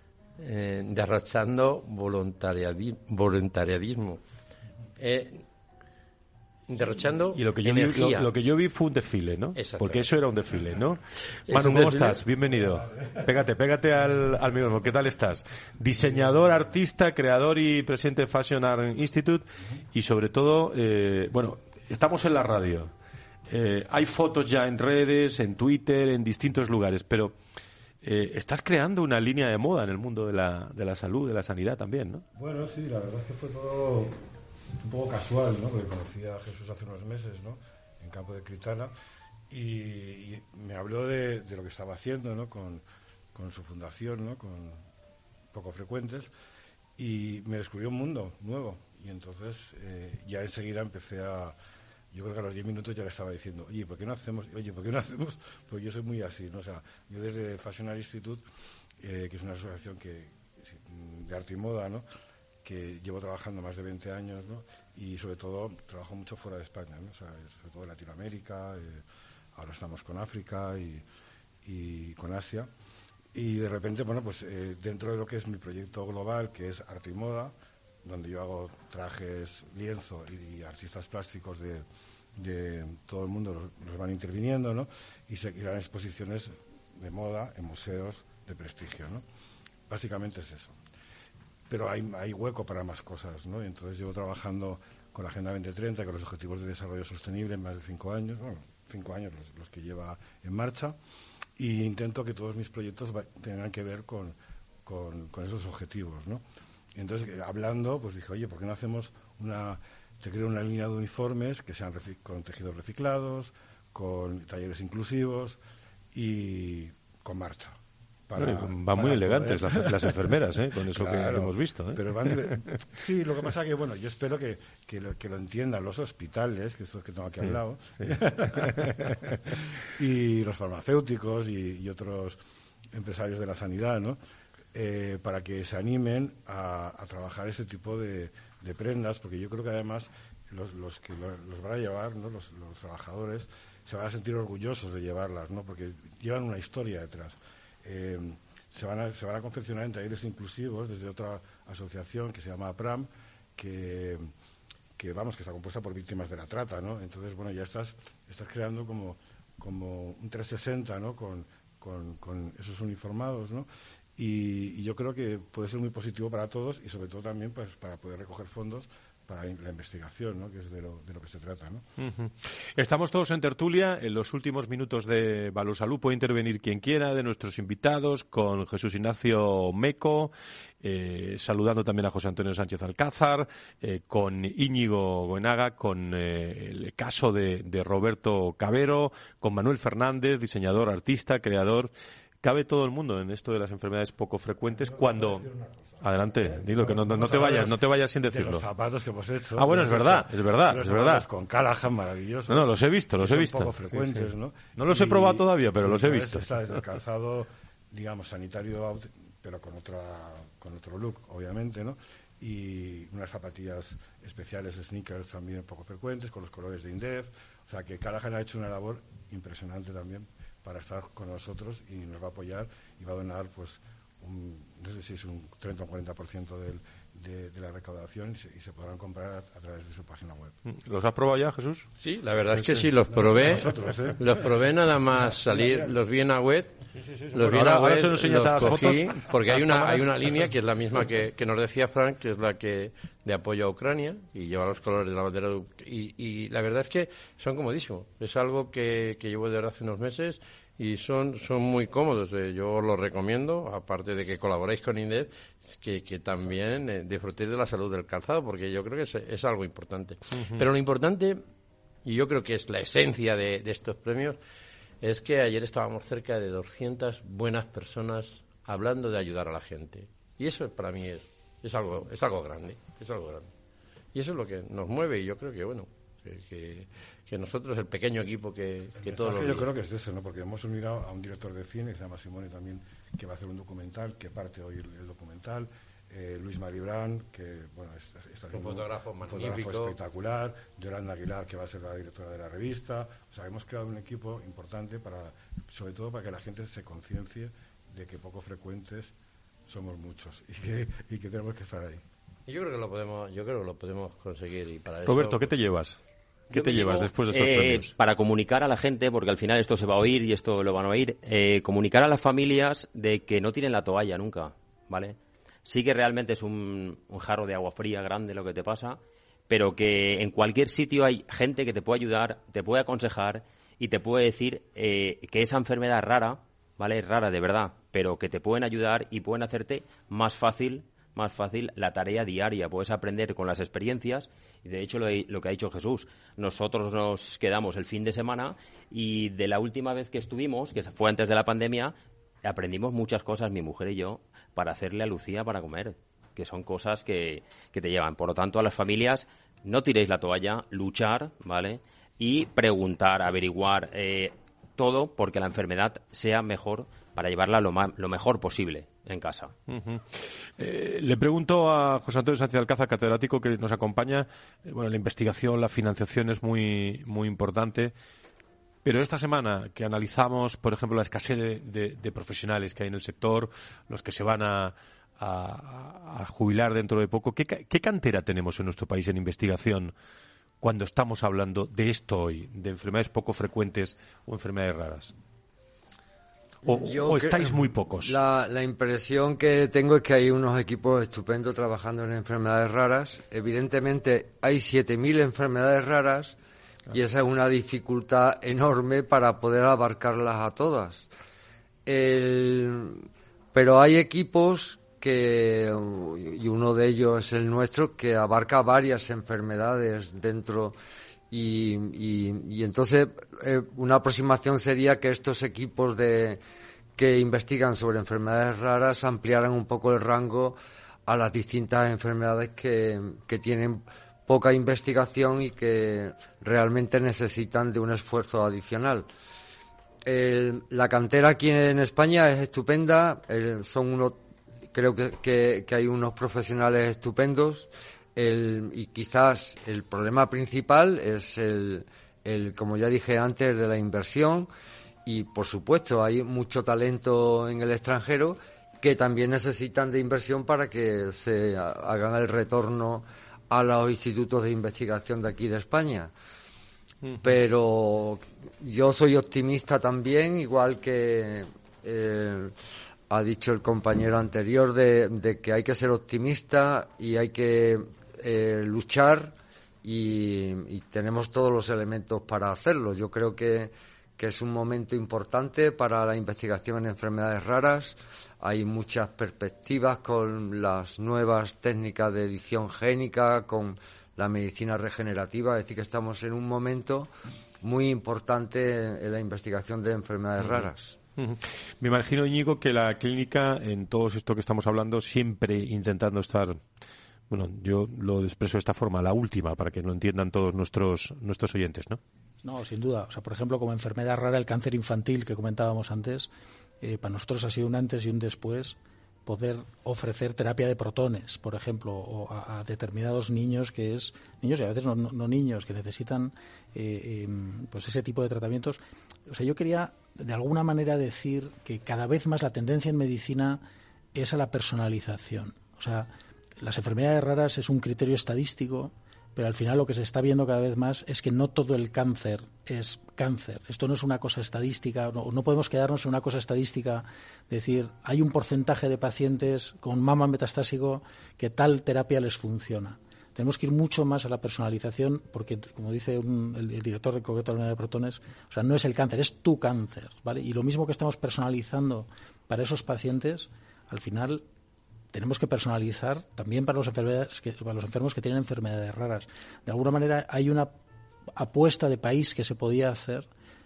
derrochando voluntariadismo. Derrochando y lo que yo energía. Lo que yo vi fue un desfile, ¿no? Porque eso era un desfile, ¿no? ¿Es Manu, un ¿cómo desfile? estás? Bienvenido. Pégate al micrófono. ¿Qué tal estás? Diseñador, artista, creador y presidente de Fashion Art Institute, y sobre todo, bueno, estamos en la radio. Hay fotos ya en redes, en Twitter, en distintos lugares, pero estás creando una línea de moda en el mundo de la salud, de la sanidad también, ¿no? Bueno, sí, la verdad es que fue todo un poco casual, ¿no? Porque conocí a Jesús hace unos meses, ¿no?, en Campo de Cristana, y me habló de lo que estaba haciendo, ¿no? Con su fundación, ¿no? Con Poco Frecuentes, y me descubrió un mundo nuevo. Y entonces ya enseguida empecé yo creo que a los 10 minutos ya le estaba diciendo, oye, ¿por qué no hacemos? Pues yo soy muy así, ¿no? O sea, yo desde Fashion Art Institute, que es una asociación de arte y moda, ¿no? Que llevo trabajando más de 20 años, ¿no? Y sobre todo trabajo mucho fuera de España, ¿no? O sea, sobre todo en Latinoamérica, ahora estamos con África y con Asia. Y de repente, bueno, pues dentro de lo que es mi proyecto global, que es arte y moda, donde yo hago trajes, lienzo y artistas plásticos de todo el mundo los van interviniendo, ¿no? Y se crean exposiciones de moda en museos de prestigio, ¿no? Básicamente es eso. Pero hay hueco para más cosas, ¿no? Entonces llevo trabajando con la Agenda 2030, con los Objetivos de Desarrollo Sostenible en más de 5 años, bueno, 5 años los que lleva en marcha, y intento que todos mis proyectos tengan que ver con esos objetivos, ¿no? Entonces, hablando, pues dije, oye, ¿por qué no hacemos se crea una línea de uniformes que sean con tejidos reciclados, con talleres inclusivos y con marcha? Van muy elegantes las enfermeras, con eso claro, que hemos visto. Pero sí, lo que pasa que, bueno, yo espero que lo entiendan los hospitales, que es lo que tengo aquí al lado, y los farmacéuticos y otros empresarios de la sanidad, ¿no? Para que se animen a trabajar ese tipo de prendas, porque yo creo que además los que los van a llevar, ¿no? Los trabajadores se van a sentir orgullosos de llevarlas, ¿no? Porque llevan una historia detrás. Se van a confeccionar en talleres inclusivos desde otra asociación que se llama APRAM, que está compuesta por víctimas de la trata, ¿no? Entonces, bueno, ya estás creando como un 360, ¿no? Con esos uniformados, ¿no? Y yo creo que puede ser muy positivo para todos y sobre todo también pues para poder recoger fondos para la investigación, ¿no? Que es de lo que se trata, ¿no? Uh-huh. Estamos todos en tertulia. En los últimos minutos de Valor Salud puede intervenir quien quiera de nuestros invitados, con Jesús Ignacio Meco, saludando también a José Antonio Sánchez Alcázar, con Íñigo Goenaga, con el caso de Roberto Cabero, con Manuel Fernández, diseñador, artista, creador. Cabe todo el mundo en esto de las enfermedades poco frecuentes cuando... Adelante, dilo, que no te vayas sin decirlo. De los zapatos que hemos hecho. Ah, bueno, es verdad. Con Callahan, maravillosos. No, los he visto. Son poco frecuentes, sí. ¿No? No los he probado todavía, pero los he visto. Está desde el calzado, digamos, sanitario, pero con otro look, obviamente, ¿no? Y unas zapatillas especiales, sneakers, también poco frecuentes, con los colores de INDEF. O sea, que Callahan ha hecho una labor impresionante también para estar con nosotros y nos va a apoyar y va a donar, pues, no sé si es un 30 o 40% de la recaudación y se podrán comprar a través de su página web. ¿Los has probado ya, Jesús? Sí, la verdad es que sí, los probé. Los probé nada más salir, los vi en la web. Ahora se nos enseñas las fotos, porque hay una línea que es la misma que nos decía Frank, que es la que de apoyo a Ucrania y lleva los colores de la bandera y la verdad es que son comodísimos. Es algo que llevo de verdad hace unos meses y son muy cómodos. Yo los recomiendo, aparte de que colaboréis con INDEF, que también disfrutéis de la salud del calzado, porque yo creo que es algo importante. Uh-huh. Pero lo importante, y yo creo que es la esencia de estos premios, es que ayer estábamos cerca de 200 buenas personas hablando de ayudar a la gente. Y eso para mí es algo grande, es algo grande. Y eso es lo que nos mueve y yo creo que, bueno, que nosotros, el pequeño equipo que todos los días... Yo creo que es eso, ¿no? Porque hemos unido a un director de cine que se llama Simone también, que va a hacer un documental, que parte hoy el documental, Luis Maribrán, que bueno está un fotógrafo magnífico, un fotógrafo espectacular, Yolanda Aguilar, que va a ser la directora de la revista. O sea, hemos creado un equipo importante sobre todo para que la gente se conciencie de que poco frecuentes somos muchos y que tenemos que estar ahí. Y yo creo que lo podemos conseguir y para Roberto, eso... ¿qué te llevas? ¿Qué te llevas después de estos premios? Para comunicar a la gente, porque al final esto se va a oír y esto lo van a oír, comunicar a las familias de que no tiren la toalla nunca, ¿vale? Sí que realmente es un jarro de agua fría grande lo que te pasa, pero que en cualquier sitio hay gente que te puede ayudar, te puede aconsejar y te puede decir que esa enfermedad es rara, ¿vale? Es rara de verdad, pero que te pueden ayudar y pueden hacerte más fácil más fácil la tarea diaria, puedes aprender con las experiencias y de hecho lo que ha dicho Jesús, nosotros nos quedamos el fin de semana y de la última vez que estuvimos, que fue antes de la pandemia, aprendimos muchas cosas, mi mujer y yo, para hacerle a Lucía para comer, que son cosas que te llevan. Por lo tanto, a las familias, no tiréis la toalla, luchar, ¿vale? Y preguntar, averiguar todo porque la enfermedad sea mejor para llevarla lo mejor posible en casa. Uh-huh. Le pregunto a José Antonio Sánchez Alcázar, catedrático que nos acompaña. Bueno, la investigación, la financiación es muy, muy importante. Pero esta semana que analizamos, por ejemplo, la escasez de profesionales que hay en el sector, los que se van a jubilar dentro de poco, ¿qué cantera tenemos en nuestro país en investigación cuando estamos hablando de esto hoy, de enfermedades poco frecuentes o enfermedades raras? ¿O estáis muy pocos? La impresión que tengo es que hay unos equipos estupendos trabajando en enfermedades raras. Evidentemente hay 7.000 enfermedades raras y esa es una dificultad enorme para poder abarcarlas a todas. Pero hay equipos y uno de ellos es el nuestro, que abarca varias enfermedades dentro y entonces una aproximación sería que estos equipos que investigan sobre enfermedades raras ampliaran un poco el rango a las distintas enfermedades que tienen poca investigación y que realmente necesitan de un esfuerzo adicional. La cantera aquí en España es estupenda, creo que hay unos profesionales estupendos y quizás el problema principal es como ya dije antes, de la inversión y, por supuesto, hay mucho talento en el extranjero que también necesitan de inversión para que se hagan el retorno a los institutos de investigación de aquí de España. Pero yo soy optimista también, igual que ha dicho el compañero anterior, de que hay que ser optimista y hay que luchar y tenemos todos los elementos para hacerlo. Yo creo que es un momento importante para la investigación en enfermedades raras. Hay muchas perspectivas con las nuevas técnicas de edición génica, con la medicina regenerativa, es decir, que estamos en un momento muy importante en la investigación de enfermedades raras. Me imagino, Íñigo, que la clínica, en todo esto que estamos hablando, siempre intentando estar, bueno, yo lo expreso de esta forma, la última, para que lo entiendan todos nuestros oyentes, ¿no? No, sin duda. O sea, por ejemplo, como enfermedad rara, el cáncer infantil que comentábamos antes, para nosotros ha sido un antes y un después poder ofrecer terapia de protones, por ejemplo, o a determinados niños niños y a veces no niños que necesitan pues ese tipo de tratamientos. O sea, yo quería de alguna manera decir que cada vez más la tendencia en medicina es a la personalización. O sea, las enfermedades raras es un criterio estadístico, pero al final lo que se está viendo cada vez más es que no todo el cáncer es cáncer. Esto no es una cosa estadística, no podemos quedarnos en una cosa estadística, decir, hay un porcentaje de pacientes con mama metastásico que tal terapia les funciona. Tenemos que ir mucho más a la personalización porque, como dice el director en concreto de la unidad de protones, o sea, no es el cáncer, es tu cáncer, ¿vale? Y lo mismo que estamos personalizando para esos pacientes, al final tenemos que personalizar también para los enfermos que tienen enfermedades raras. De alguna manera hay una apuesta de país que se podía hacer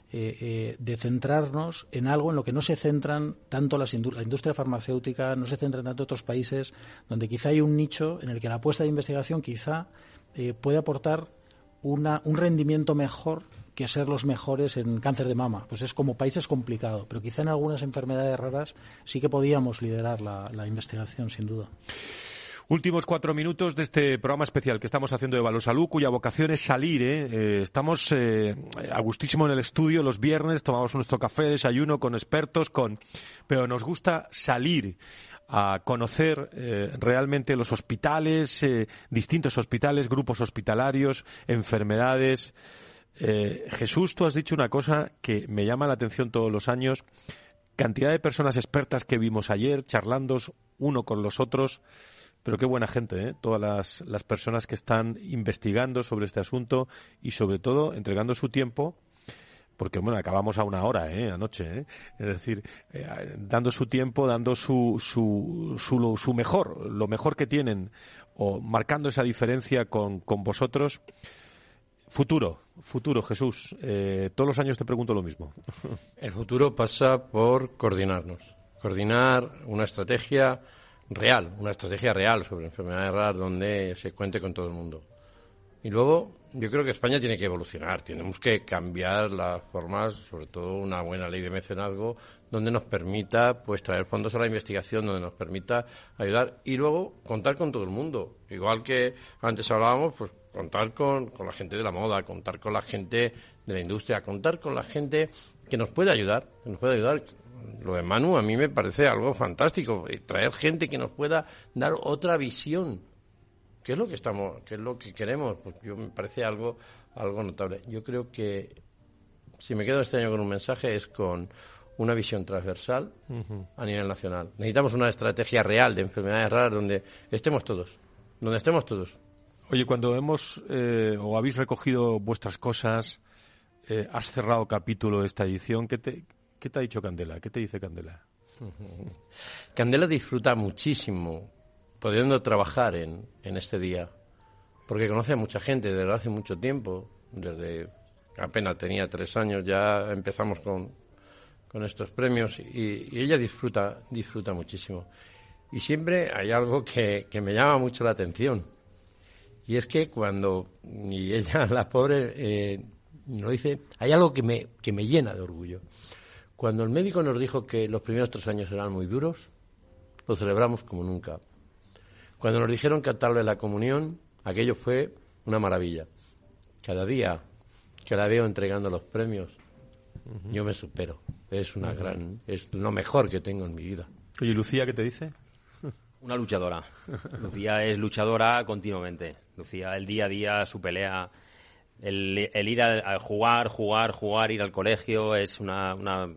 de centrarnos en algo en lo que no se centran tanto la industria farmacéutica, no se centran tanto otros países, donde quizá hay un nicho en el que la apuesta de investigación quizá puede aportar un rendimiento mejor que ser los mejores en cáncer de mama. Pues es como país es complicado, pero quizá en algunas enfermedades raras sí que podíamos liderar la investigación, sin duda. Últimos 4 minutos de este programa especial que estamos haciendo de Valorsalud, cuya vocación es salir. Estamos a gustísimo en el estudio los viernes, tomamos nuestro café, desayuno con expertos, pero nos gusta salir a conocer realmente los hospitales, distintos hospitales, grupos hospitalarios, enfermedades. Jesús, tú has dicho una cosa que me llama la atención todos los años. Cantidad de personas expertas que vimos ayer, charlando uno con los otros. Pero qué buena gente, todas las personas que están investigando sobre este asunto y sobre todo entregando su tiempo porque bueno, acabamos a 1 hora, anoche, es decir, dando su tiempo, dando su mejor, lo mejor que tienen, o marcando esa diferencia con vosotros. Futuro, Jesús. Todos los años te pregunto lo mismo. El futuro pasa por coordinarnos. Coordinar una estrategia real sobre enfermedades raras donde se cuente con todo el mundo. Y luego, yo creo que España tiene que evolucionar. Tenemos que cambiar las formas, sobre todo una buena ley de mecenazgo, donde nos permita pues traer fondos a la investigación, donde nos permita ayudar y luego contar con todo el mundo. Igual que antes hablábamos, pues contar con la gente de la moda, contar con la gente de la industria, contar con la gente que nos puede ayudar, Lo de Manu a mí me parece algo fantástico, traer gente que nos pueda dar otra visión. ¿Qué es lo que queremos? Pues yo me parece algo notable. Yo creo que si me quedo este año con un mensaje es con una visión transversal a nivel nacional. Necesitamos una estrategia real de enfermedades raras donde estemos todos. Oye, cuando o habéis recogido vuestras cosas, has cerrado capítulo de esta edición, ¿qué te ha dicho Candela? ¿Qué te dice Candela? Candela disfruta muchísimo pudiendo trabajar en este día, porque conoce a mucha gente desde hace mucho tiempo, desde apenas tenía 3 años ya empezamos con estos premios y ella disfruta muchísimo. Y siempre hay algo que me llama mucho la atención, y es que y ella, la pobre, lo dice, hay algo que me llena de orgullo. Cuando el médico nos dijo que los primeros 3 años eran muy duros, lo celebramos como nunca. Cuando nos dijeron cantarle la comunión, aquello fue una maravilla. Cada día que la veo entregando los premios, yo me supero. Es lo mejor que tengo en mi vida. Oye, Lucía, ¿qué te dice? Una luchadora. Lucía es luchadora continuamente. Lucía, el día a día, su pelea, el ir a jugar, ir al colegio, es una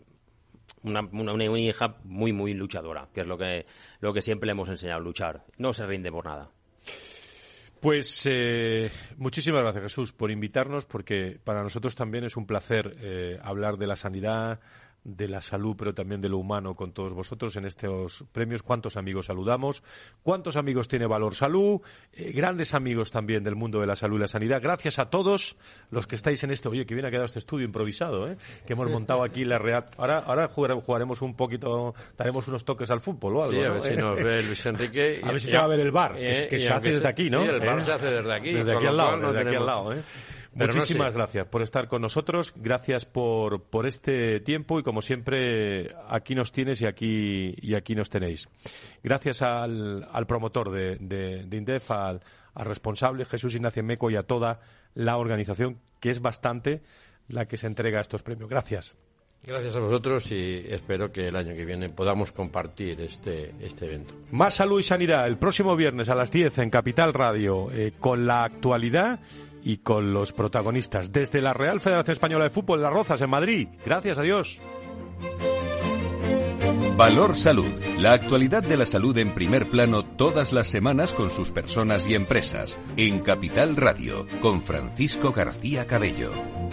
hija muy, muy luchadora, que es lo que siempre le hemos enseñado, luchar. No se rinde por nada. Pues muchísimas gracias, Jesús, por invitarnos, porque para nosotros también es un placer hablar de la sanidad, de la salud, pero también de lo humano con todos vosotros en estos premios. ¿Cuántos amigos saludamos? ¿Cuántos amigos tiene Valor Salud? Grandes amigos también del mundo de la salud y la sanidad. Gracias a todos los que estáis en este... Oye, que bien ha quedado este estudio improvisado, que hemos montado aquí en la Real. Ahora jugaremos un poquito, daremos unos toques al fútbol o algo, sí, a ver si nos ve Luis Enrique. A ver si te va a ver el bar, que se hace desde aquí, ¿no? Sí, el bar se hace desde aquí. Desde aquí al lado, Muchísimas gracias por estar con nosotros, gracias por este tiempo y como siempre aquí nos tienes y aquí nos tenéis. Gracias al promotor de INDEF, al responsable Jesús Ignacio Meco y a toda la organización, que es bastante la que se entrega estos premios. Gracias. Gracias a vosotros y espero que el año que viene podamos compartir este evento. Más salud y sanidad el próximo viernes a las 10 en Capital Radio, con la actualidad y con los protagonistas desde la Real Federación Española de Fútbol, Las Rozas, en Madrid. Gracias, adiós. Valor Salud. La actualidad de la salud en primer plano todas las semanas con sus personas y empresas. En Capital Radio, con Francisco García Cabello.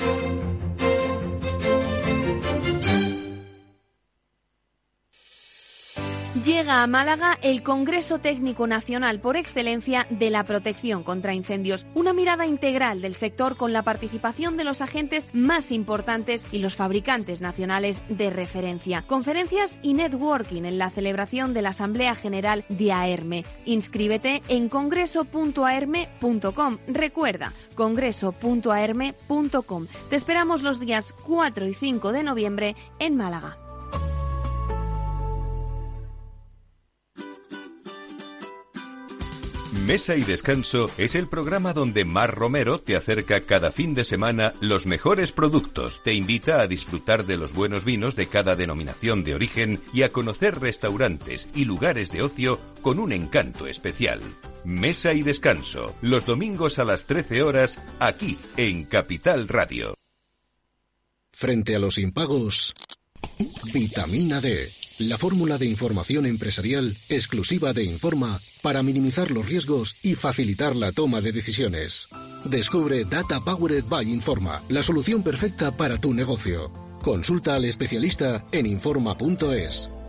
Llega a Málaga el Congreso Técnico Nacional por excelencia de la protección contra incendios. Una mirada integral del sector con la participación de los agentes más importantes y los fabricantes nacionales de referencia. Conferencias y networking en la celebración de la Asamblea General de AERME. Inscríbete en congreso.aerme.com. Recuerda, congreso.aerme.com. Te esperamos los días 4 y 5 de noviembre en Málaga. Mesa y Descanso es el programa donde Mar Romero te acerca cada fin de semana los mejores productos, te invita a disfrutar de los buenos vinos de cada denominación de origen y a conocer restaurantes y lugares de ocio con un encanto especial. Mesa y Descanso, los domingos a las 13 horas, aquí en Capital Radio. Frente a los impagos, vitamina D. la fórmula de información empresarial exclusiva de Informa para minimizar los riesgos y facilitar la toma de decisiones. Descubre Data Powered by Informa, la solución perfecta para tu negocio. Consulta al especialista en Informa.es.